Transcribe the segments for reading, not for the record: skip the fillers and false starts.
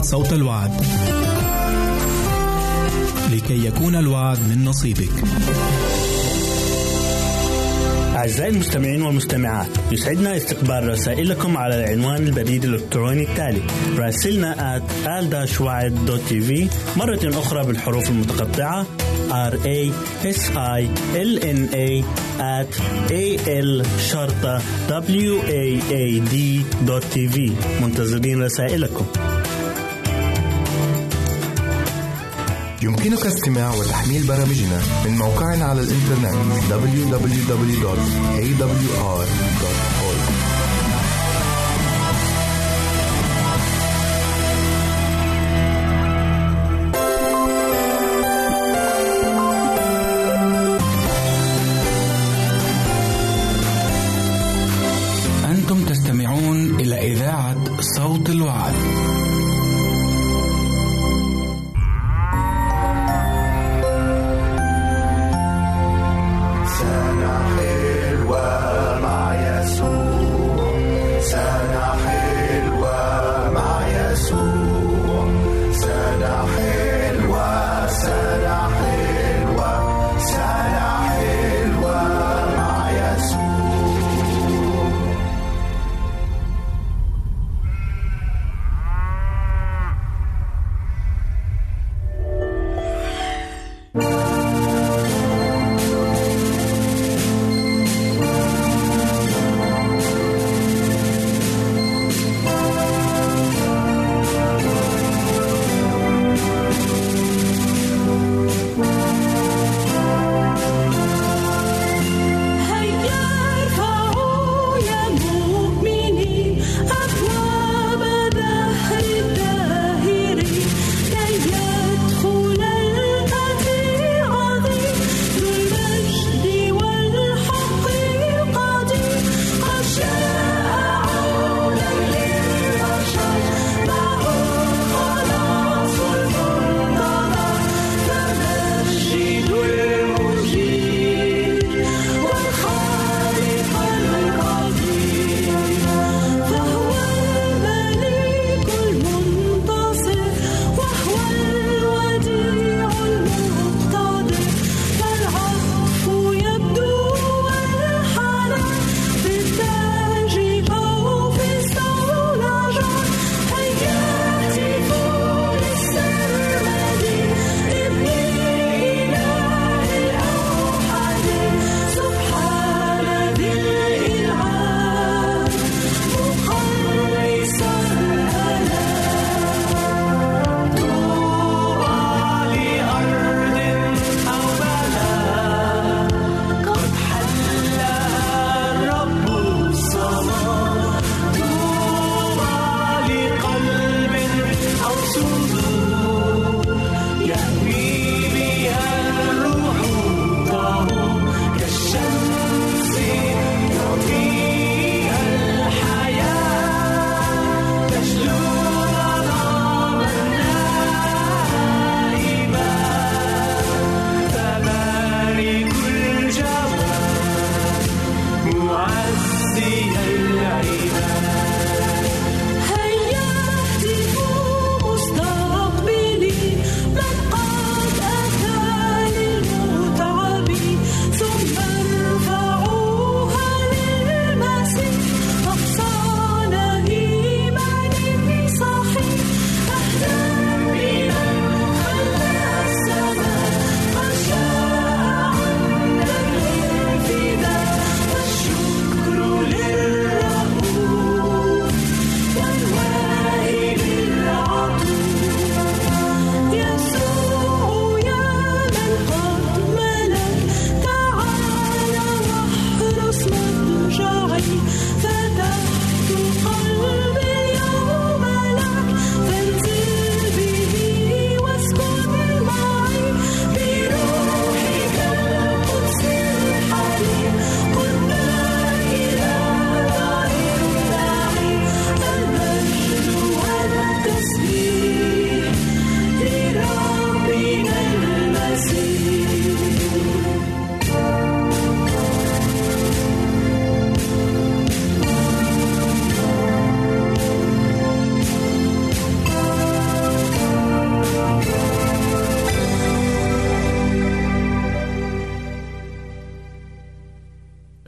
إذاعة صوت الوعد، لكي يكون الوعد من نصيبك. أعزائي المستمعين والمستمعات، يسعدنا استقبال رسائلكم على العنوان البريد الإلكتروني التالي: راسلنا @al-wa'd.tv، مرة أخرى بالحروف المتقطعة RASILNA@al-WAAD.tv. منتظرين رسائلكم. يمكنك استماع وتحميل برامجنا من موقعنا على الإنترنت www.awr.org. أنتم تستمعون إلى إذاعة صوت الوعد.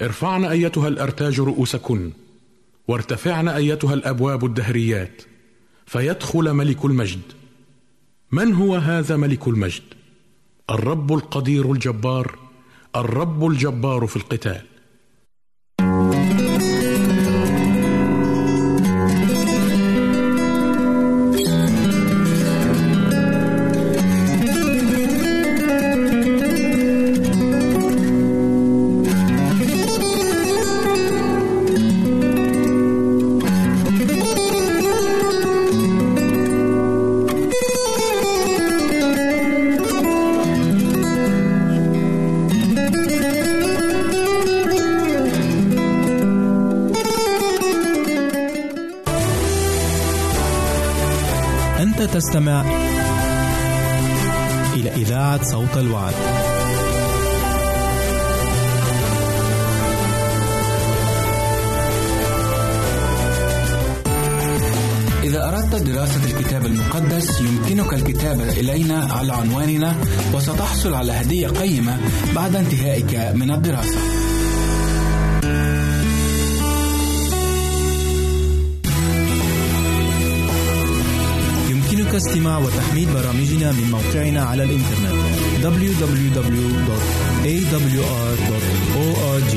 ارفعن أيتها الأرتاج رؤوسكن، وارتفعن أيتها الأبواب الدهريات، فيدخل ملك المجد. من هو هذا ملك المجد؟ الرب القدير الجبار، الرب الجبار في القتال. تستمع إلى إذاعة صوت الوعد. إذا أردت دراسة الكتاب المقدس يمكنك الكتابة إلينا على عنواننا، وستحصل على هدية قيمة بعد انتهائك من الدراسة. يمكنك استماع وتحميل برامجنا من موقعنا على الإنترنت www.awr.org.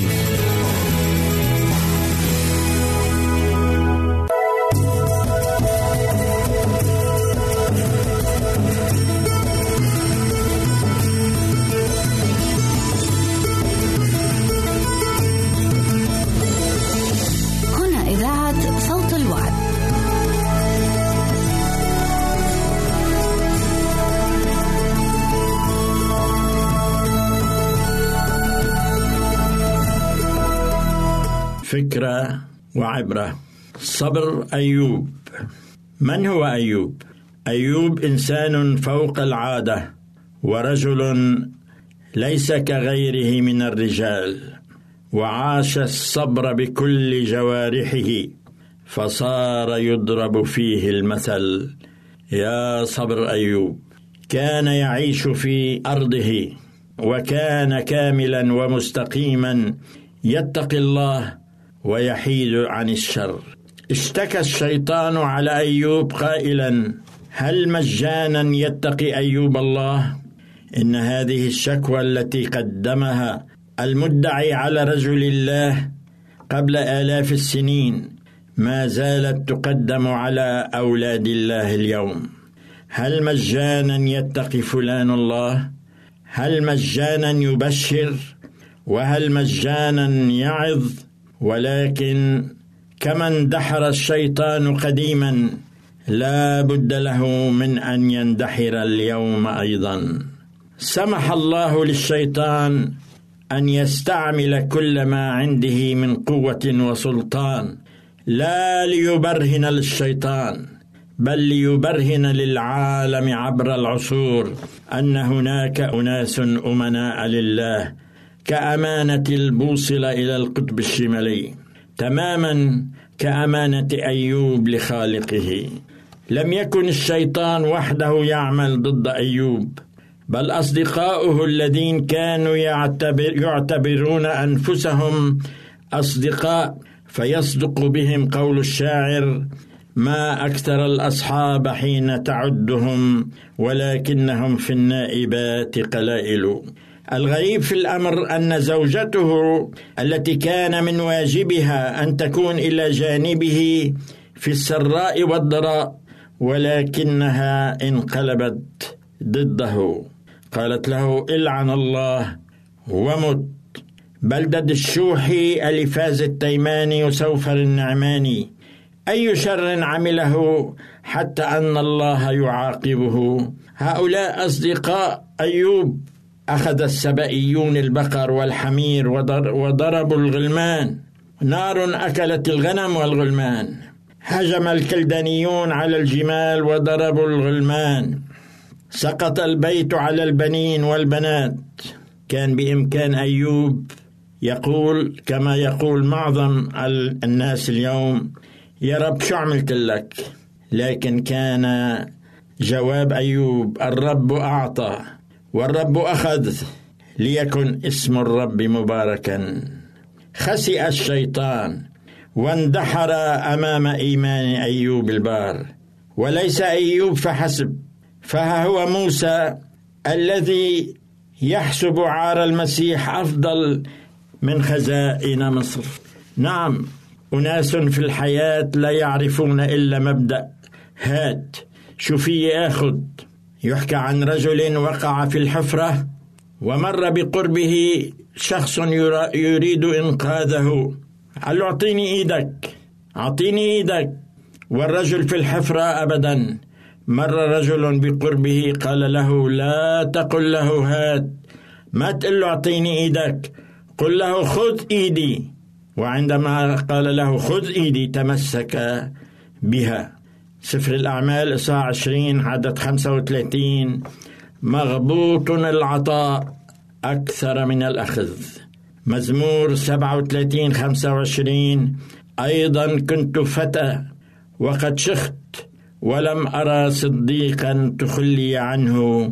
هنا إذاعة صوت الوعد. فكرة وعبرة. صبر أيوب. من هو أيوب؟ أيوب إنسان فوق العادة، ورجل ليس كغيره من الرجال، وعاش الصبر بكل جوارحه، فصار يضرب فيه المثل. يا صبر أيوب. كان يعيش في أرضه، وكان كاملا ومستقيما، يتقي الله ويحيد عن الشر. اشتكى الشيطان على أيوب قائلا: هل مجانا يتقي أيوب الله؟ إن هذه الشكوى التي قدمها المدعي على رجل الله قبل آلاف السنين ما زالت تقدم على أولاد الله اليوم. هل مجانا يتقي فلان الله؟ هل مجانا يبشر؟ وهل مجانا يعظ؟ ولكن كما اندحر الشيطان قديما، لا بد له من أن يندحر اليوم أيضا. سمح الله للشيطان أن يستعمل كل ما عنده من قوة وسلطان، لا ليبرهن للشيطان، بل ليبرهن للعالم عبر العصور أن هناك أناس أمناء لله، كأمانة البوصلة إلى القطب الشمالي، تماما كأمانة أيوب لخالقه. لم يكن الشيطان وحده يعمل ضد أيوب، بل أصدقاؤه الذين كانوا يعتبرون أنفسهم أصدقاء، فيصدق بهم قول الشاعر: ما أكثر الأصحاب حين تعدهم، ولكنهم في النائبات قلائل. الغريب في الأمر أن زوجته التي كان من واجبها أن تكون إلى جانبه في السراء والضراء، ولكنها انقلبت ضده. قالت له: إلعن الله ومت. بلدد الشوحي ألفاز التيماني وسوفر النعماني، أي شر عمله حتى أن الله يعاقبه؟ هؤلاء أصدقاء أيوب. أخذ السبائيون البقر والحمير وضربوا الغلمان، نار أكلت الغنم والغلمان. هجم الكلدانيون على الجمال وضربوا الغلمان. سقط البيت على البنين والبنات. كان بإمكان أيوب يقول كما يقول معظم الناس اليوم: يا رب شو عملت لك؟ لكن كان جواب أيوب: الرب أعطى والرب أخذ، ليكن اسم الرب مباركا. خسئ الشيطان واندحر أمام إيمان أيوب البار. وليس أيوب فحسب، فها هو موسى الذي يحسب عار المسيح أفضل من خزائن مصر. نعم، أناس في الحياة لا يعرفون إلا مبدأ هات شوفي أخذ. يحكى عن رجل وقع في الحفرة ومر بقربه شخص يريد إنقاذه، قال له أعطيني إيدك أعطيني إيدك، والرجل في الحفرة أبدا. مر رجل بقربه قال له لا تقل له هات، ما تقل له أعطيني إيدك، قل له خذ إيدي. وعندما قال له خذ إيدي تمسك بها. سفر الأعمال إصحاح 20 عدد 35: مغبوط العطاء أكثر من الأخذ. مزمور 37 25: أيضا كنت فتى وقد شخت ولم أرى صديقا تخلي عنه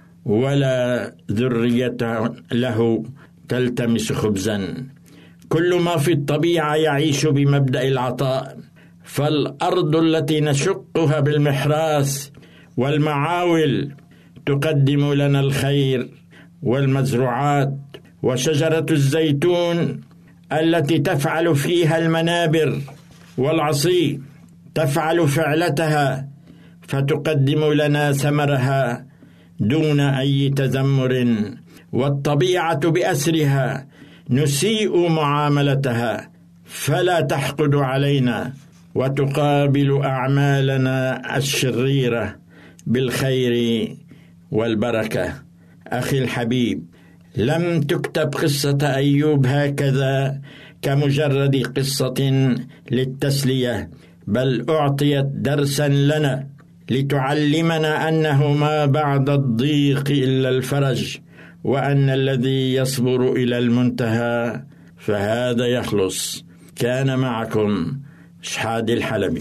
ولا ذرية له تلتمس خبزا. كل ما في الطبيعة يعيش بمبدأ العطاء، فالأرض التي نشقها بالمحراث والمعاول تقدم لنا الخير، والمزروعات وشجرة الزيتون التي تفعل فيها المنابر والعصي تفعل فعلتها فتقدم لنا ثمرها دون أي تذمر، والطبيعة بأسرها نسيء معاملتها فلا تحقد علينا وتقابل أعمالنا الشريرة بالخير والبركة. أخي الحبيب، لم تكتب قصة أيوب هكذا كمجرد قصة للتسلية، بل أعطيت درسا لنا لتعلمنا أنه ما بعد الضيق إلا الفرج، وأن الذي يصبر إلى المنتهى فهذا يخلص. كان معكم شحاد الحلبي.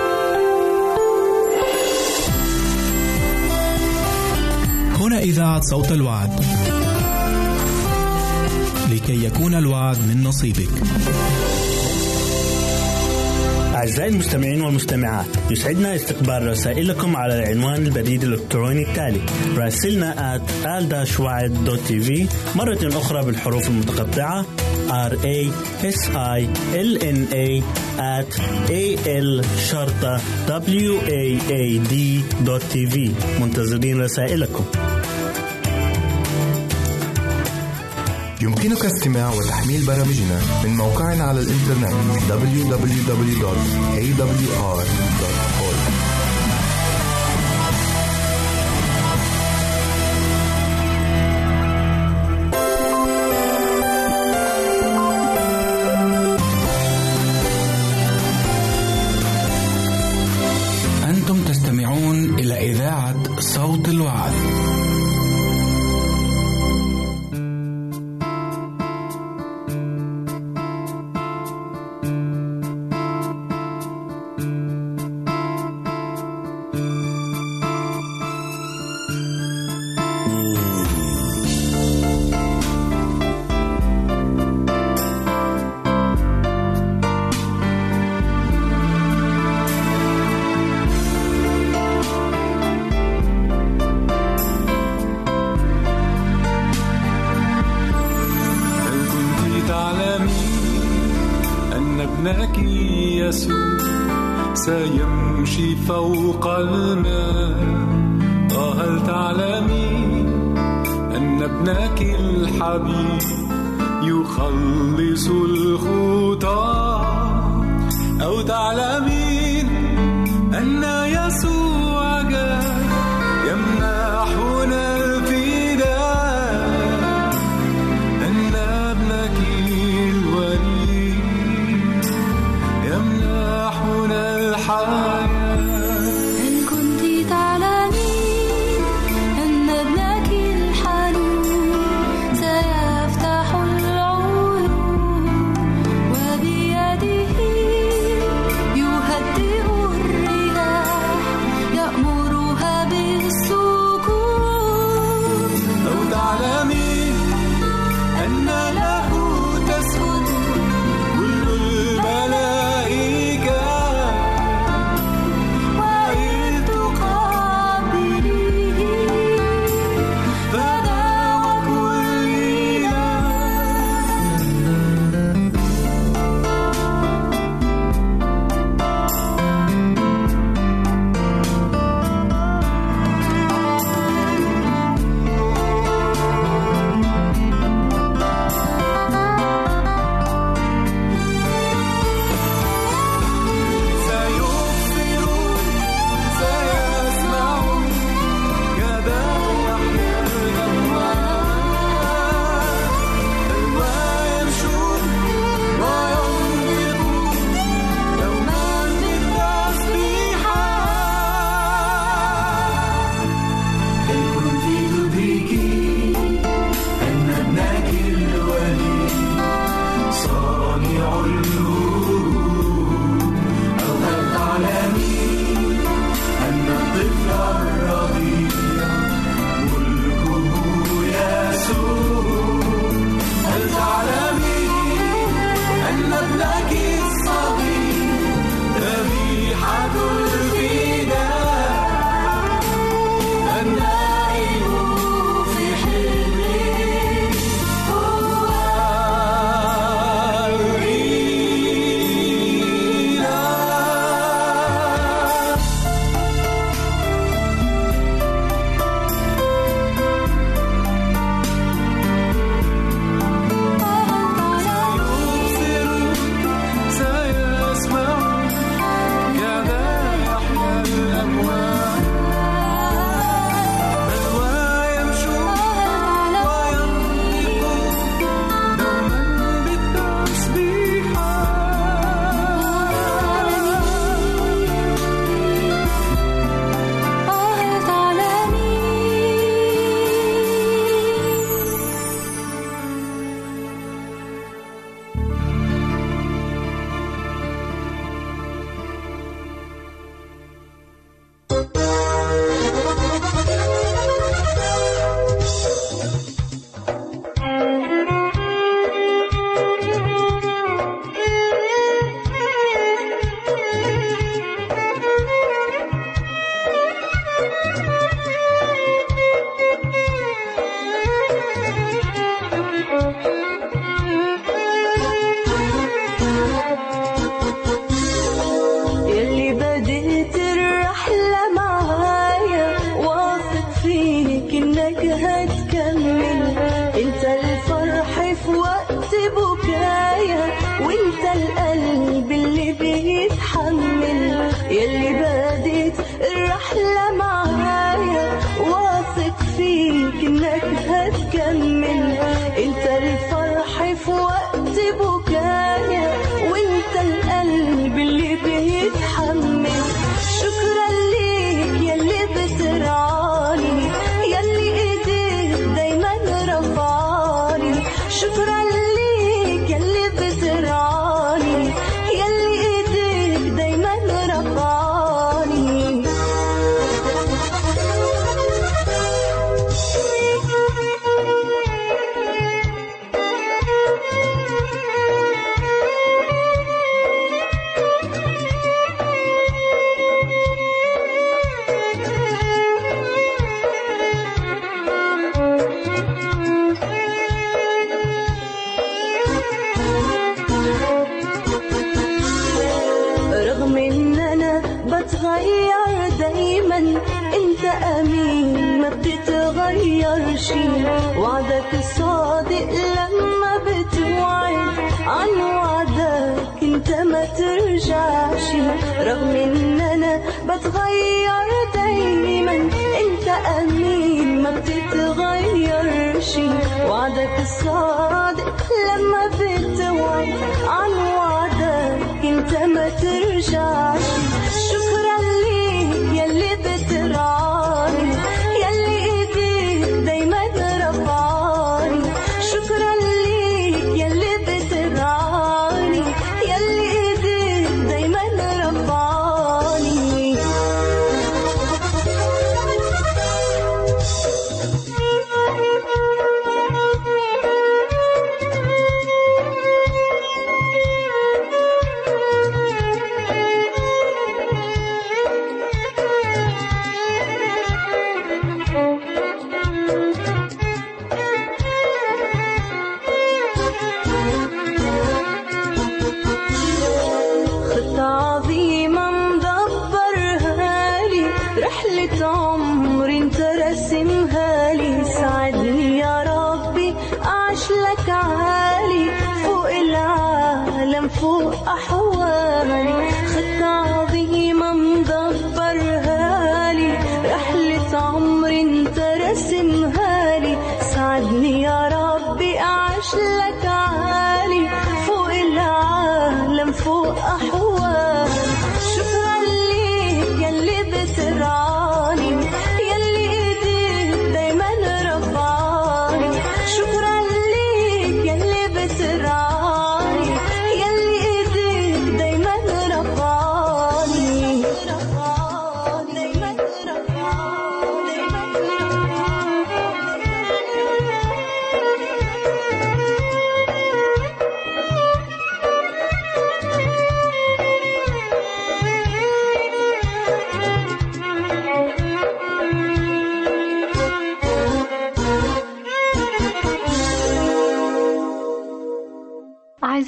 هنا إذاعة صوت الوعد، لكي يكون الوعد من نصيبك. أعزائي المستمعين والمستمعات، يسعدنا استقبال رسائلكم على العنوان البريد الإلكتروني التالي: راسلنا @al-wad.tv، مرة أخرى بالحروف المتقطعة RASILNA@al-WAAD.tv. منتظرين رسائلكم. يمكنك استماع وتحميل برامجنا من موقعنا على الإنترنت www.awr.org. أنتم تستمعون إلى إذاعة صوت الوعد. ابنك يسوع سيمشي فوق الماء. هل تعلمين أن ابنك الحبيب يخلص الخطاة؟ أو تعلمين أن يسوع جاء يمنحنا الفداء، أن ابنك الولي يمنحنا الحياة. إن كنت تعلمين أن ابنك الحنون سيفتح العيون صانع القلوب. أو هل تعلمين أن الطفل الرضيع ملكه يسوع؟ هل تعلمين أن ابنك الصغير ذبيحة الفداء؟ النائم في حلمه هو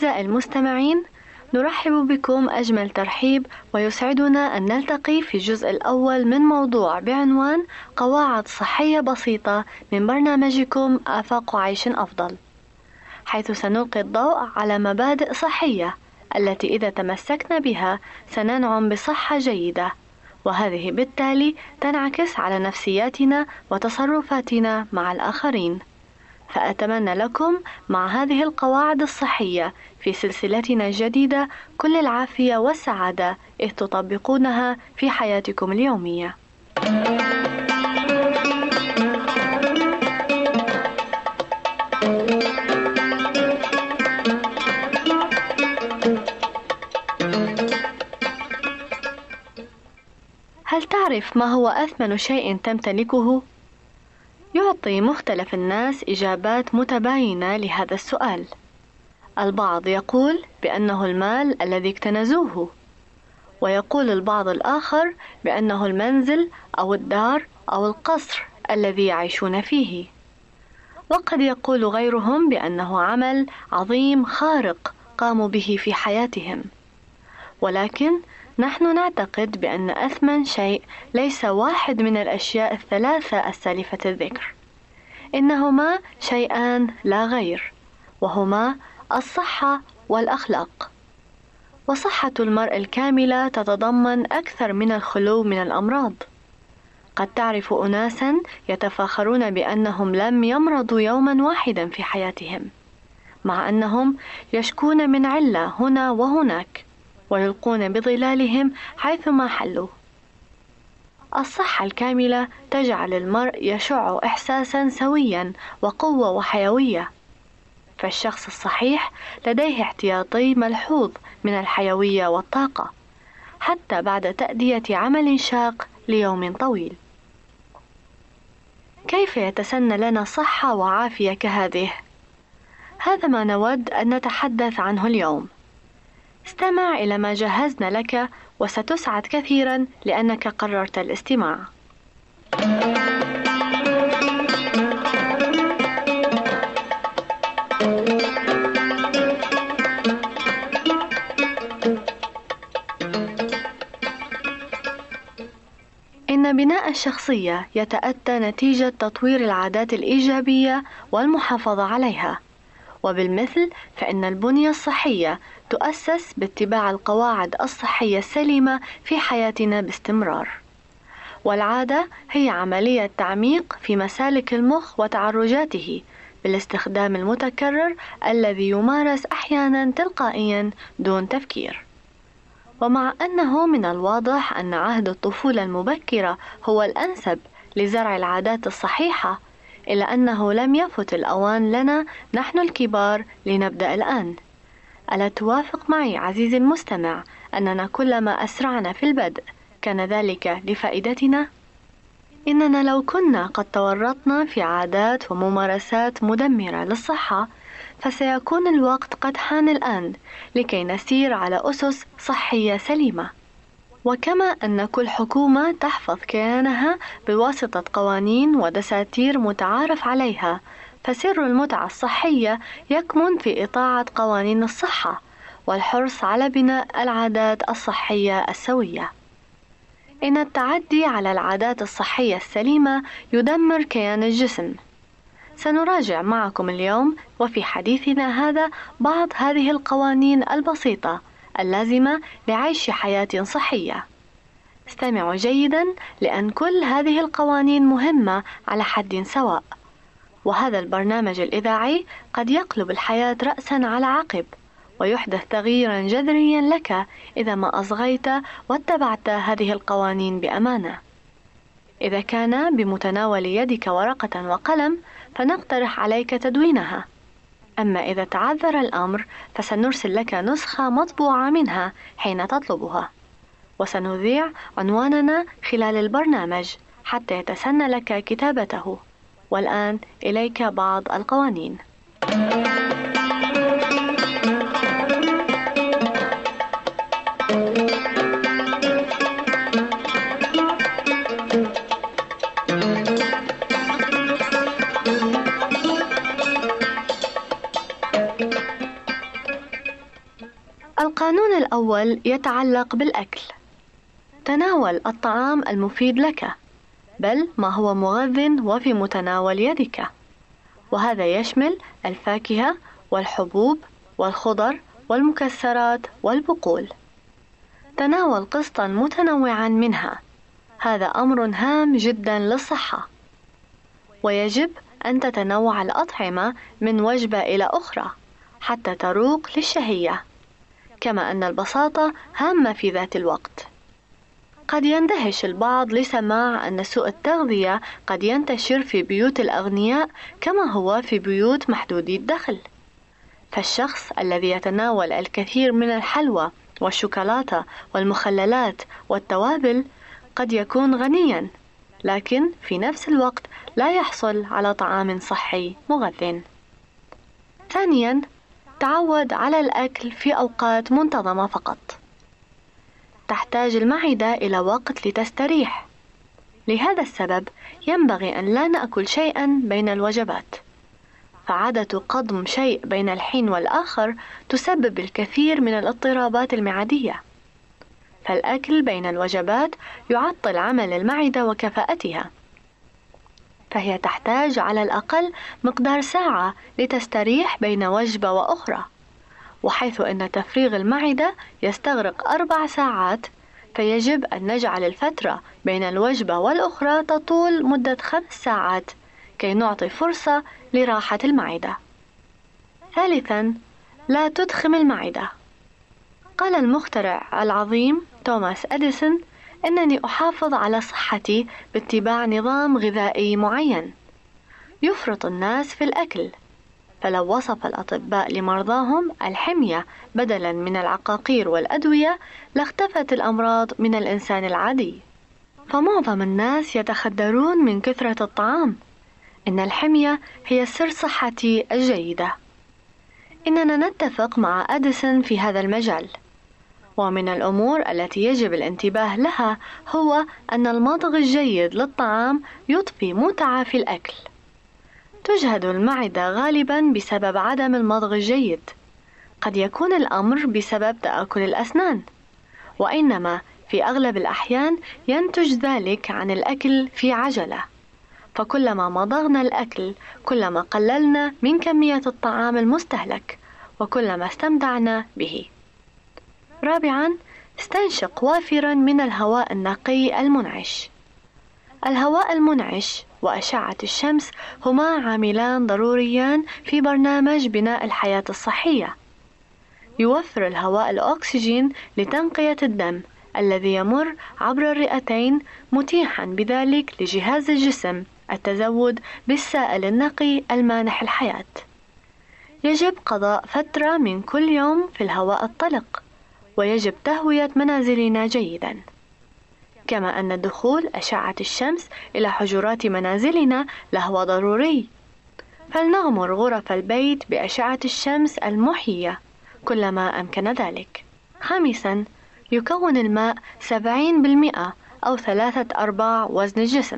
أعزائي المستمعين، نرحب بكم أجمل ترحيب، ويسعدنا أن نلتقي في الجزء الأول من موضوع بعنوان قواعد صحية بسيطة من برنامجكم آفاق عيش أفضل، حيث سنلقي الضوء على مبادئ صحية التي إذا تمسكنا بها سننعم بصحة جيدة، وهذه بالتالي تنعكس على نفسياتنا وتصرفاتنا مع الآخرين. فأتمنى لكم مع هذه القواعد الصحية في سلسلتنا الجديدة كل العافية والسعادة إذ تطبقونها في حياتكم اليومية. هل تعرف ما هو أثمن شيء تمتلكه؟ يعطي مختلف الناس إجابات متباينة لهذا السؤال. البعض يقول بأنه المال الذي اكتنزوه، ويقول البعض الآخر بأنه المنزل أو الدار أو القصر الذي يعيشون فيه، وقد يقول غيرهم بأنه عمل عظيم خارق قاموا به في حياتهم. ولكن نحن نعتقد بأن أثمن شيء ليس واحد من الأشياء الثلاثة السالفة الذكر، إنهما شيئان لا غير، وهما الصحة والأخلاق. وصحة المرء الكاملة تتضمن أكثر من الخلو من الأمراض. قد تعرف أناسا يتفاخرون بأنهم لم يمرضوا يوما واحدا في حياتهم، مع أنهم يشكون من علة هنا وهناك ويلقون بظلالهم حيثما حلوا. الصحة الكاملة تجعل المرء يشع إحساسا سويا وقوة وحيوية، فالشخص الصحيح لديه احتياطي ملحوظ من الحيوية والطاقة حتى بعد تأدية عمل شاق ليوم طويل. كيف يتسنى لنا صحة وعافية كهذه؟ هذا ما نود أن نتحدث عنه اليوم. استمع إلى ما جهزنا لك وستسعد كثيرا لأنك قررت الاستماع. إن بناء الشخصية يتأتى نتيجة تطوير العادات الإيجابية والمحافظة عليها، وبالمثل فإن البنية الصحية تؤسس باتباع القواعد الصحية السليمة في حياتنا باستمرار. والعادة هي عملية تعميق في مسالك المخ وتعرجاته بالاستخدام المتكرر الذي يمارس أحيانا تلقائيا دون تفكير. ومع أنه من الواضح أن عهد الطفولة المبكرة هو الأنسب لزرع العادات الصحيحة، إلا أنه لم يفت الأوان لنا نحن الكبار لنبدأ الآن. ألا توافق معي عزيزي المستمع أننا كلما أسرعنا في البدء كان ذلك لفائدتنا؟ إننا لو كنا قد تورطنا في عادات وممارسات مدمرة للصحة فسيكون الوقت قد حان الآن لكي نسير على أسس صحية سليمة. وكما أن كل حكومة تحفظ كيانها بواسطة قوانين ودساتير متعارف عليها، فسر المتعة الصحية يكمن في إطاعة قوانين الصحة والحرص على بناء العادات الصحية السوية. إن التعدي على العادات الصحية السليمة يدمر كيان الجسم. سنراجع معكم اليوم وفي حديثنا هذا بعض هذه القوانين البسيطة اللازمة لعيش حياة صحية. استمعوا جيدا لأن كل هذه القوانين مهمة على حد سواء، وهذا البرنامج الإذاعي قد يقلب الحياة رأسا على عقب ويحدث تغييرا جذريا لك إذا ما أصغيت واتبعت هذه القوانين بأمانة. إذا كان بمتناول يدك ورقة وقلم فنقترح عليك تدوينها، أما إذا تعذر الأمر فسنرسل لك نسخة مطبوعة منها حين تطلبها، وسنذيع عنواننا خلال البرنامج حتى يتسنى لك كتابته. والآن إليك بعض القوانين. القانون الأول يتعلق بالأكل. تناول الطعام المفيد لك، بل ما هو مغذٍ وفي متناول يدك، وهذا يشمل الفاكهة والحبوب والخضر والمكسرات والبقول. تناول قسطا متنوعا منها، هذا أمر هام جدا للصحة. ويجب أن تتنوع الأطعمة من وجبة إلى أخرى حتى تروق للشهية، كما أن البساطة هامة في ذات الوقت. قد يندهش البعض لسماع أن سوء التغذية قد ينتشر في بيوت الأغنياء كما هو في بيوت محدودي الدخل. فالشخص الذي يتناول الكثير من الحلوى والشوكولاتة والمخللات والتوابل قد يكون غنيا، لكن في نفس الوقت لا يحصل على طعام صحي مغذٍ. ثانيا، تعود على الأكل في أوقات منتظمة فقط. تحتاج المعدة إلى وقت لتستريح، لهذا السبب ينبغي أن لا نأكل شيئا بين الوجبات، فعادة قضم شيء بين الحين والآخر تسبب الكثير من الاضطرابات المعدية. فالأكل بين الوجبات يعطل عمل المعدة وكفاءتها، فهي تحتاج على الأقل مقدار ساعة لتستريح بين وجبة وأخرى، وحيث أن تفريغ المعدة يستغرق 4 ساعات، فيجب أن نجعل الفترة بين الوجبة والأخرى تطول مدة 5 ساعات كي نعطي فرصة لراحة المعدة. ثالثا، لا تضخم المعدة. قال المخترع العظيم توماس أديسون: إنني أحافظ على صحتي باتباع نظام غذائي معين. يفرط الناس في الأكل، فلو وصف الأطباء لمرضاهم الحمية بدلا من العقاقير والأدوية لاختفت الأمراض من الإنسان العادي. فمعظم الناس يتخدرون من كثرة الطعام. إن الحمية هي سر صحتي الجيدة. إننا نتفق مع أديسون في هذا المجال. ومن الأمور التي يجب الانتباه لها هو أن المضغ الجيد للطعام يضفي متعة في الأكل. تجهد المعدة غالبا بسبب عدم المضغ الجيد. قد يكون الأمر بسبب تآكل الأسنان، وإنما في أغلب الأحيان ينتج ذلك عن الأكل في عجلة. فكلما مضغنا الأكل كلما قللنا من كمية الطعام المستهلك، وكلما استمتعنا به. رابعا، استنشق وافرا من الهواء النقي المنعش. الهواء المنعش وأشعة الشمس هما عاملان ضروريان في برنامج بناء الحياة الصحية. يوفر الهواء الأكسجين لتنقية الدم الذي يمر عبر الرئتين، متيحا بذلك لجهاز الجسم التزود بالسائل النقي المانح الحياة. يجب قضاء فترة من كل يوم في الهواء الطلق، ويجب تهوية منازلنا جيدا، كما أن دخول أشعة الشمس إلى حجرات منازلنا لهو ضروري. فلنغمر غرف البيت بأشعة الشمس المحية كلما أمكن ذلك. خامسا، يكون الماء 70% أو 3/4 وزن الجسم،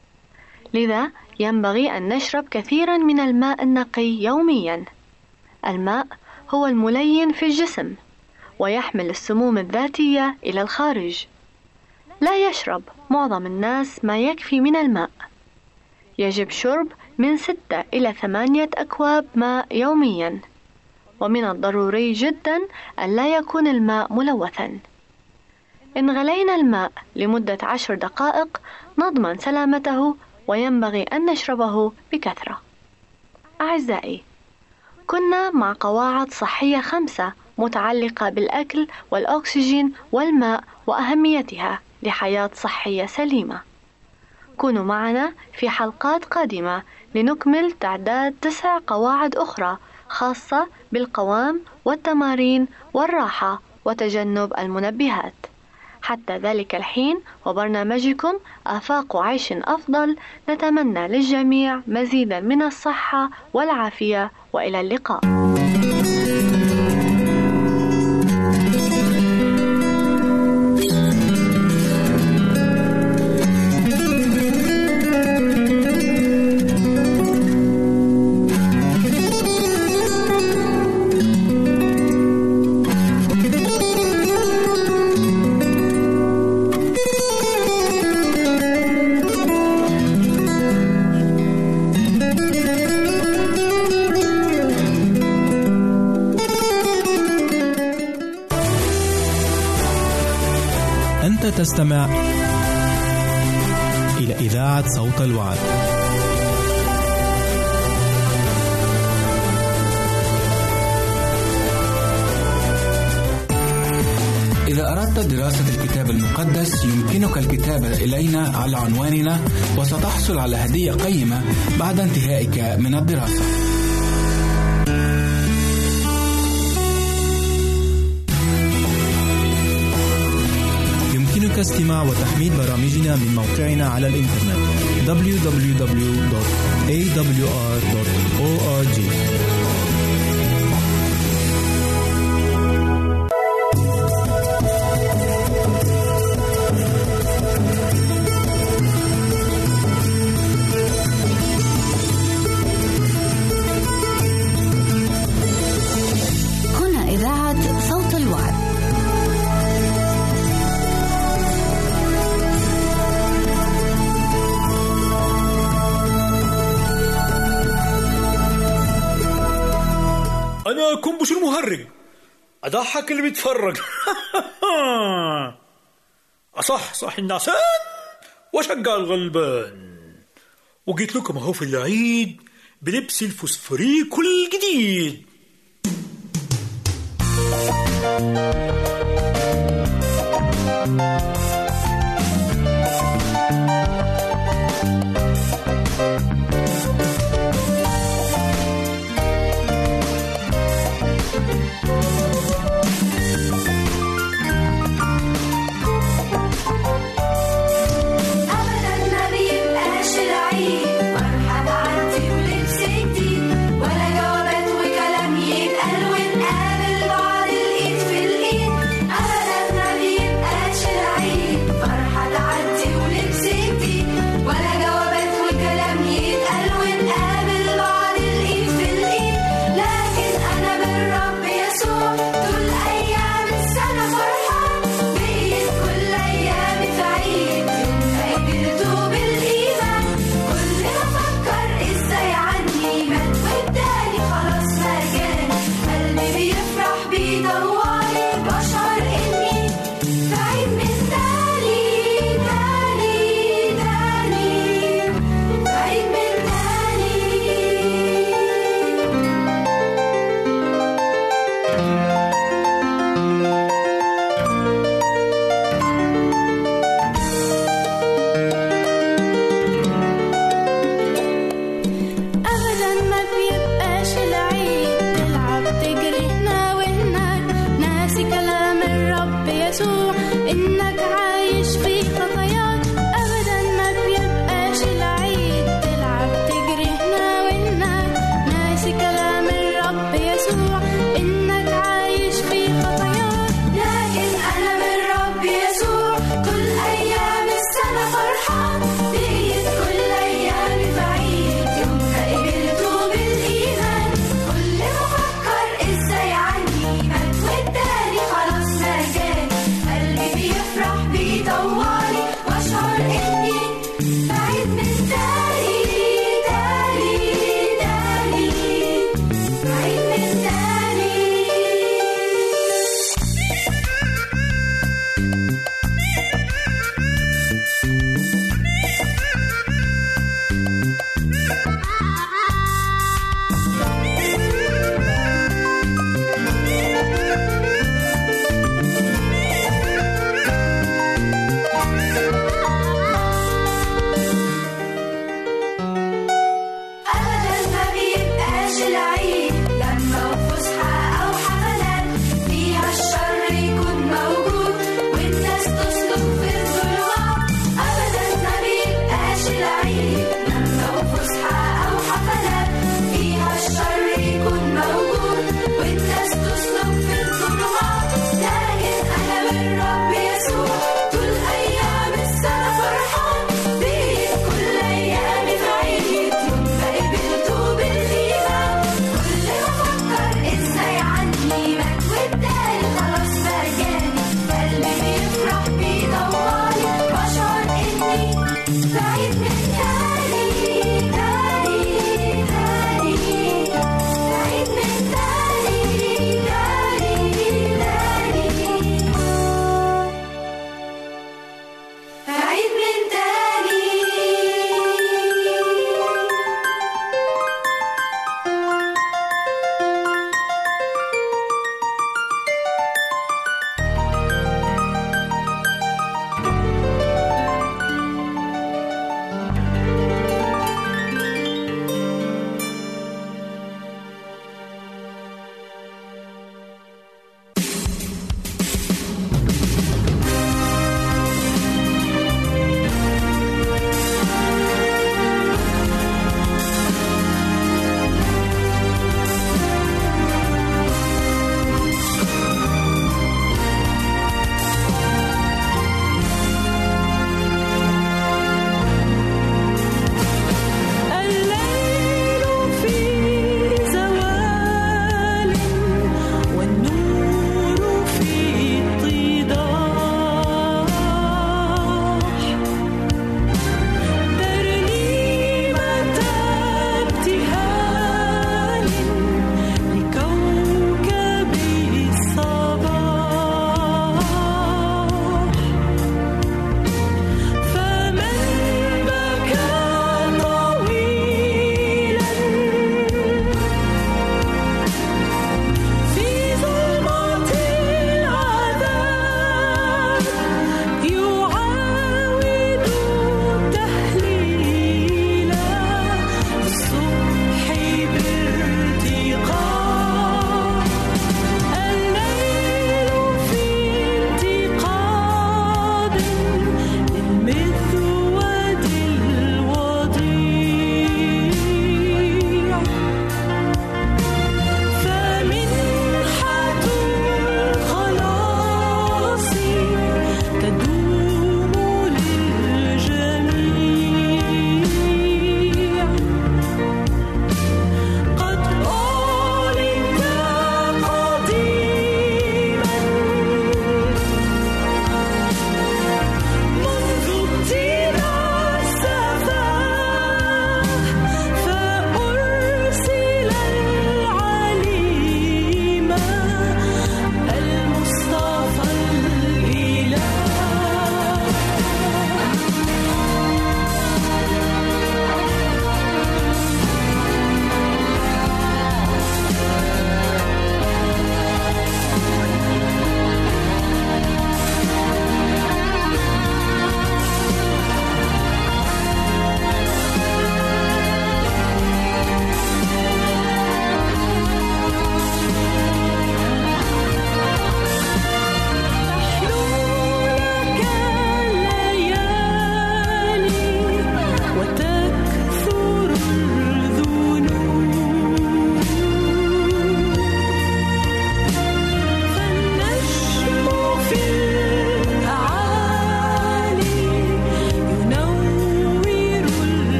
لذا ينبغي أن نشرب كثيرا من الماء النقي يوميا. الماء هو الملين في الجسم، ويحمل السموم الذاتية إلى الخارج. لا يشرب معظم الناس ما يكفي من الماء. يجب شرب من 6 إلى 8 أكواب ماء يوميا، ومن الضروري جدا أن لا يكون الماء ملوثا. إن غلينا الماء لمدة 10 دقائق نضمن سلامته، وينبغي أن نشربه بكثرة. أعزائي، كنا مع قواعد صحية 5 متعلقة بالأكل والأكسجين والماء وأهميتها لحياة صحية سليمة. كونوا معنا في حلقات قادمة لنكمل تعداد 9 قواعد أخرى خاصة بالقوام والتمارين والراحة وتجنب المنبهات. حتى ذلك الحين وبرنامجكم آفاق عيش أفضل، نتمنى للجميع مزيدا من الصحة والعافية، وإلى اللقاء. أنت تستمع إلى إذاعة صوت الوعد. إذا أردت دراسة الكتاب المقدس يمكنك الكتابة إلينا على عنواننا، وستحصل على هدية قيمة بعد انتهائك من الدراسة. يمكنك استماع وتحميل برامجنا من موقعنا على الإنترنت www.awr.org. أنا كنبش المهرج أضحك اللي بيتفرج. أصح النعسان وشجع الغلبان، وجيت لكم أهو في العيد بلبس الفوسفوريكو الجديد.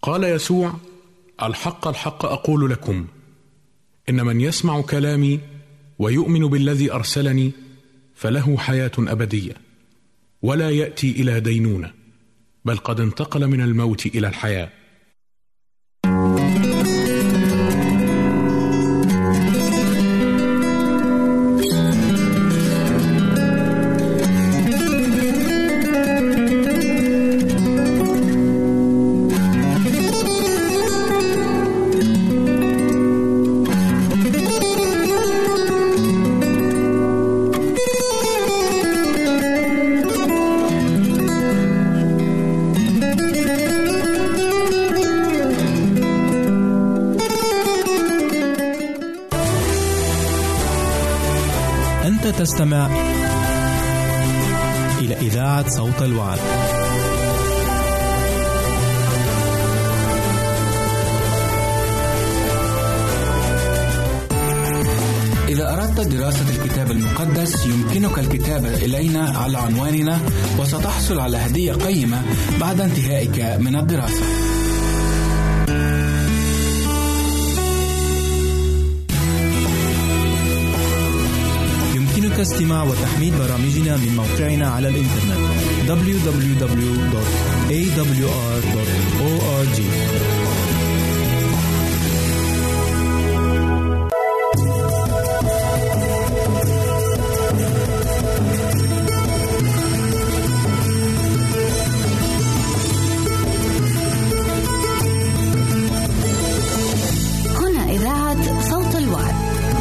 قال يسوع: الحق الحق أقول لكم، إن من يسمع كلامي ويؤمن بالذي أرسلني فله حياة أبدية، ولا يأتي إلى دينونة، بل قد انتقل من الموت إلى الحياة. تستمع إلى إذاعة صوت الوعد. إذا أردت دراسة الكتاب المقدس يمكنك الكتابة إلينا على عنواننا، وستحصل على هدية قيمة بعد انتهائك من الدراسة. يمكنك استماع وتحميل برامجنا من موقعنا على الإنترنت www.awr.org. هنا إذاعة صوت الوعد.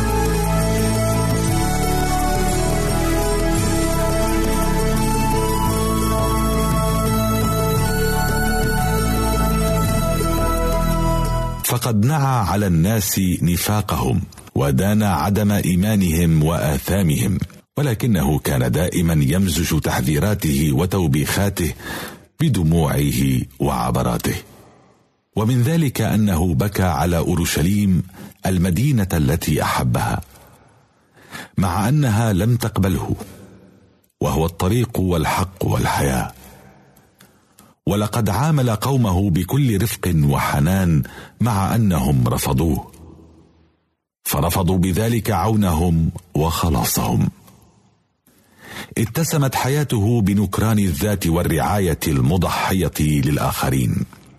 فقد نعى على الناس نفاقهم ودان عدم إيمانهم وآثامهم، ولكنه كان دائما يمزج تحذيراته وتوبيخاته بدموعه وعبراته. ومن ذلك أنه بكى على أورشليم المدينة التي أحبها، مع أنها لم تقبله، وهو الطريق والحق والحياة. ولقد عامل قومه بكل رفق وحنان مع أنهم رفضوه، فرفضوا بذلك عونهم وخلاصهم. اتسمت حياته بنكران الذات والرعاية المضحية للآخرين،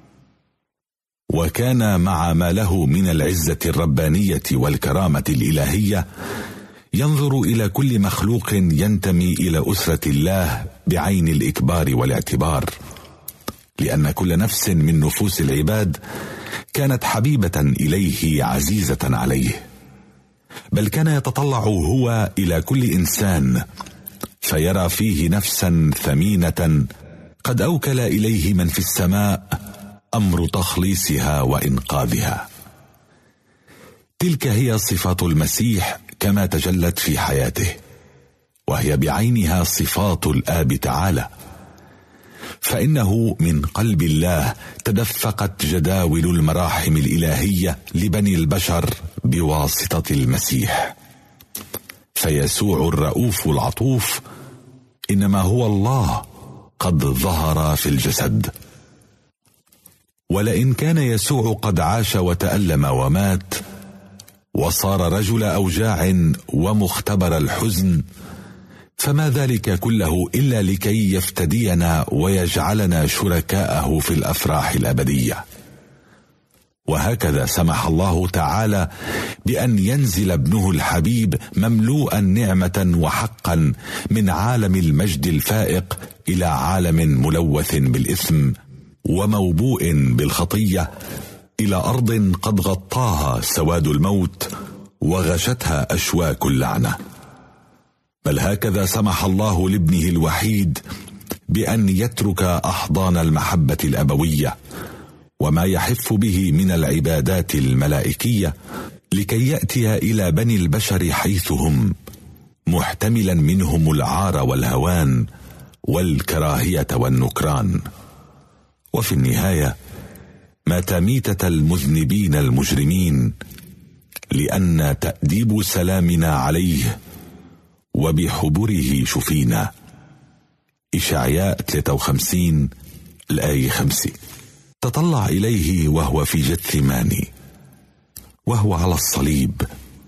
وكان مع ما له من العزة الربانية والكرامة الإلهية ينظر إلى كل مخلوق ينتمي إلى أسرة الله بعين الإكبار والاعتبار، لأن كل نفس من نفوس العباد كانت حبيبة إليه عزيزة عليه. بل كان يتطلع هو إلى كل إنسان فيرى فيه نفسا ثمينة قد أوكل إليه من في السماء أمر تخليصها وإنقاذها. تلك هي صفات المسيح كما تجلت في حياته، وهي بعينها صفات الآب تعالى، فإنه من قلب الله تدفقت جداول المراحم الإلهية لبني البشر بواسطة المسيح. فيسوع الرؤوف العطوف إنما هو الله قد ظهر في الجسد. ولئن كان يسوع قد عاش وتألم ومات وصار رجل أوجاع ومختبر الحزن، فما ذلك كله إلا لكي يفتدينا ويجعلنا شركاءه في الأفراح الأبدية. وهكذا سمح الله تعالى بأن ينزل ابنه الحبيب مملوءا نعمة وحقا من عالم المجد الفائق إلى عالم ملوث بالإثم وموبوء بالخطية، إلى أرض قد غطاها سواد الموت وغشتها أشواك اللعنة. بل هكذا سمح الله لابنه الوحيد بأن يترك أحضان المحبة الأبوية وما يحف به من العبادات الملائكية، لكي يأتي إلى بني البشر حيث هم، محتملا منهم العار والهوان والكراهية والنكران. وفي النهاية مات ميتة المذنبين المجرمين، لأن تأديب سلامنا عليه وبحبره شفينا. إشعياء 53 الآية 5. تطلع إليه وهو في جثماني وهو على الصليب،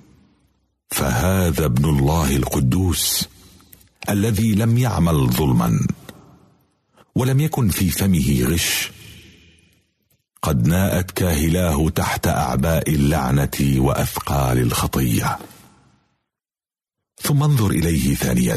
فهذا ابن الله القدوس الذي لم يعمل ظلما ولم يكن في فمه غش، قد ناءت كاهلاه تحت أعباء اللعنة وأثقال الخطية. ثم انظر إليه ثانية،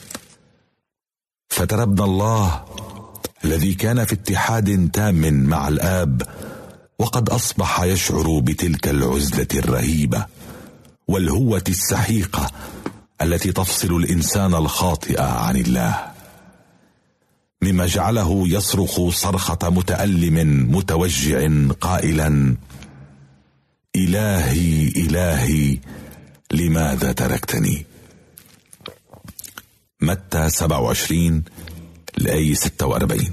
فترى ابن الله الذي كان في اتحاد تام مع الآب وقد أصبح يشعر بتلك العزلة الرهيبة والهوة السحيقة التي تفصل الإنسان الخاطئ عن الله، مما جعله يصرخ صرخة متألم متوجع قائلا: إلهي إلهي لماذا تركتني؟ متى 27 الآية 46.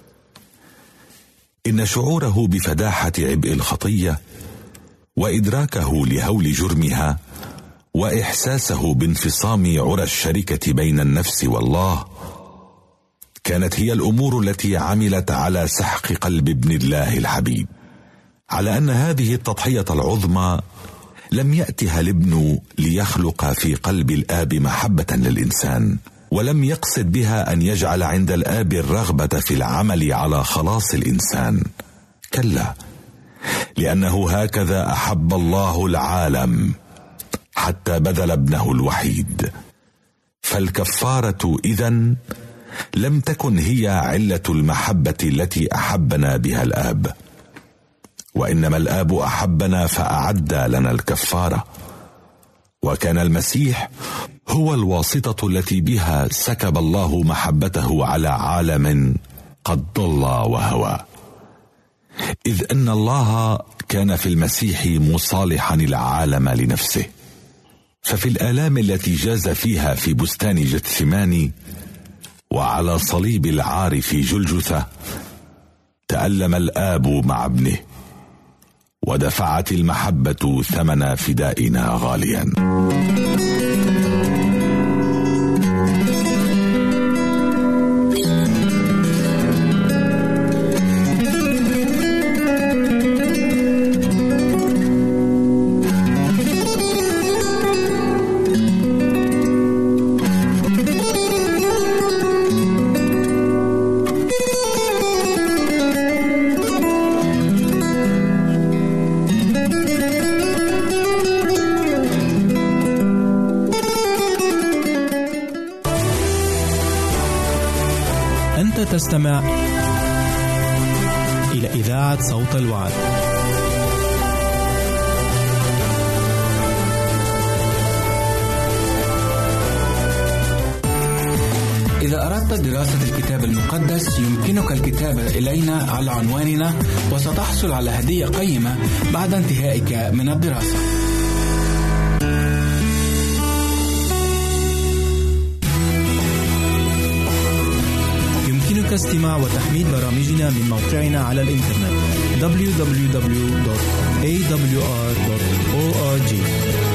إن شعوره بفداحة عبء الخطية وإدراكه لهول جرمها وإحساسه بانفصام عرى الشركة بين النفس والله كانت هي الأمور التي عملت على سحق قلب ابن الله الحبيب، على أن هذه التضحية العظمى لم يأتها الابن ليخلق في قلب الآب محبة للإنسان، ولم يقصد بها أن يجعل عند الآب الرغبة في العمل على خلاص الإنسان، كلا، لأنه هكذا أحب الله العالم حتى بذل ابنه الوحيد. فالكفارة إذن لم تكن هي علة المحبة التي أحبنا بها الآب، وإنما الآب أحبنا فأعد لنا الكفارة، وكان المسيح هو الواسطة التي بها سكب الله محبته على عالم قد ضل وهوى، إذ أن الله كان في المسيح مصالحا العالم لنفسه. ففي الآلام التي جاز فيها في بستان جثماني وعلى صليب العار في جلجثة تألم الآب مع ابنه، ودفعت المحبة ثمن فدائنا غاليا. تستمع إلى إذاعة صوت الوعد. إذا أردت دراسة الكتاب المقدس يمكنك الكتابة إلينا على عنواننا، وستحصل على هدية قيمة بعد انتهائك من الدراسة. يمكنك استماع وتحميل برامجنا من موقعنا على الإنترنت www.awr.org.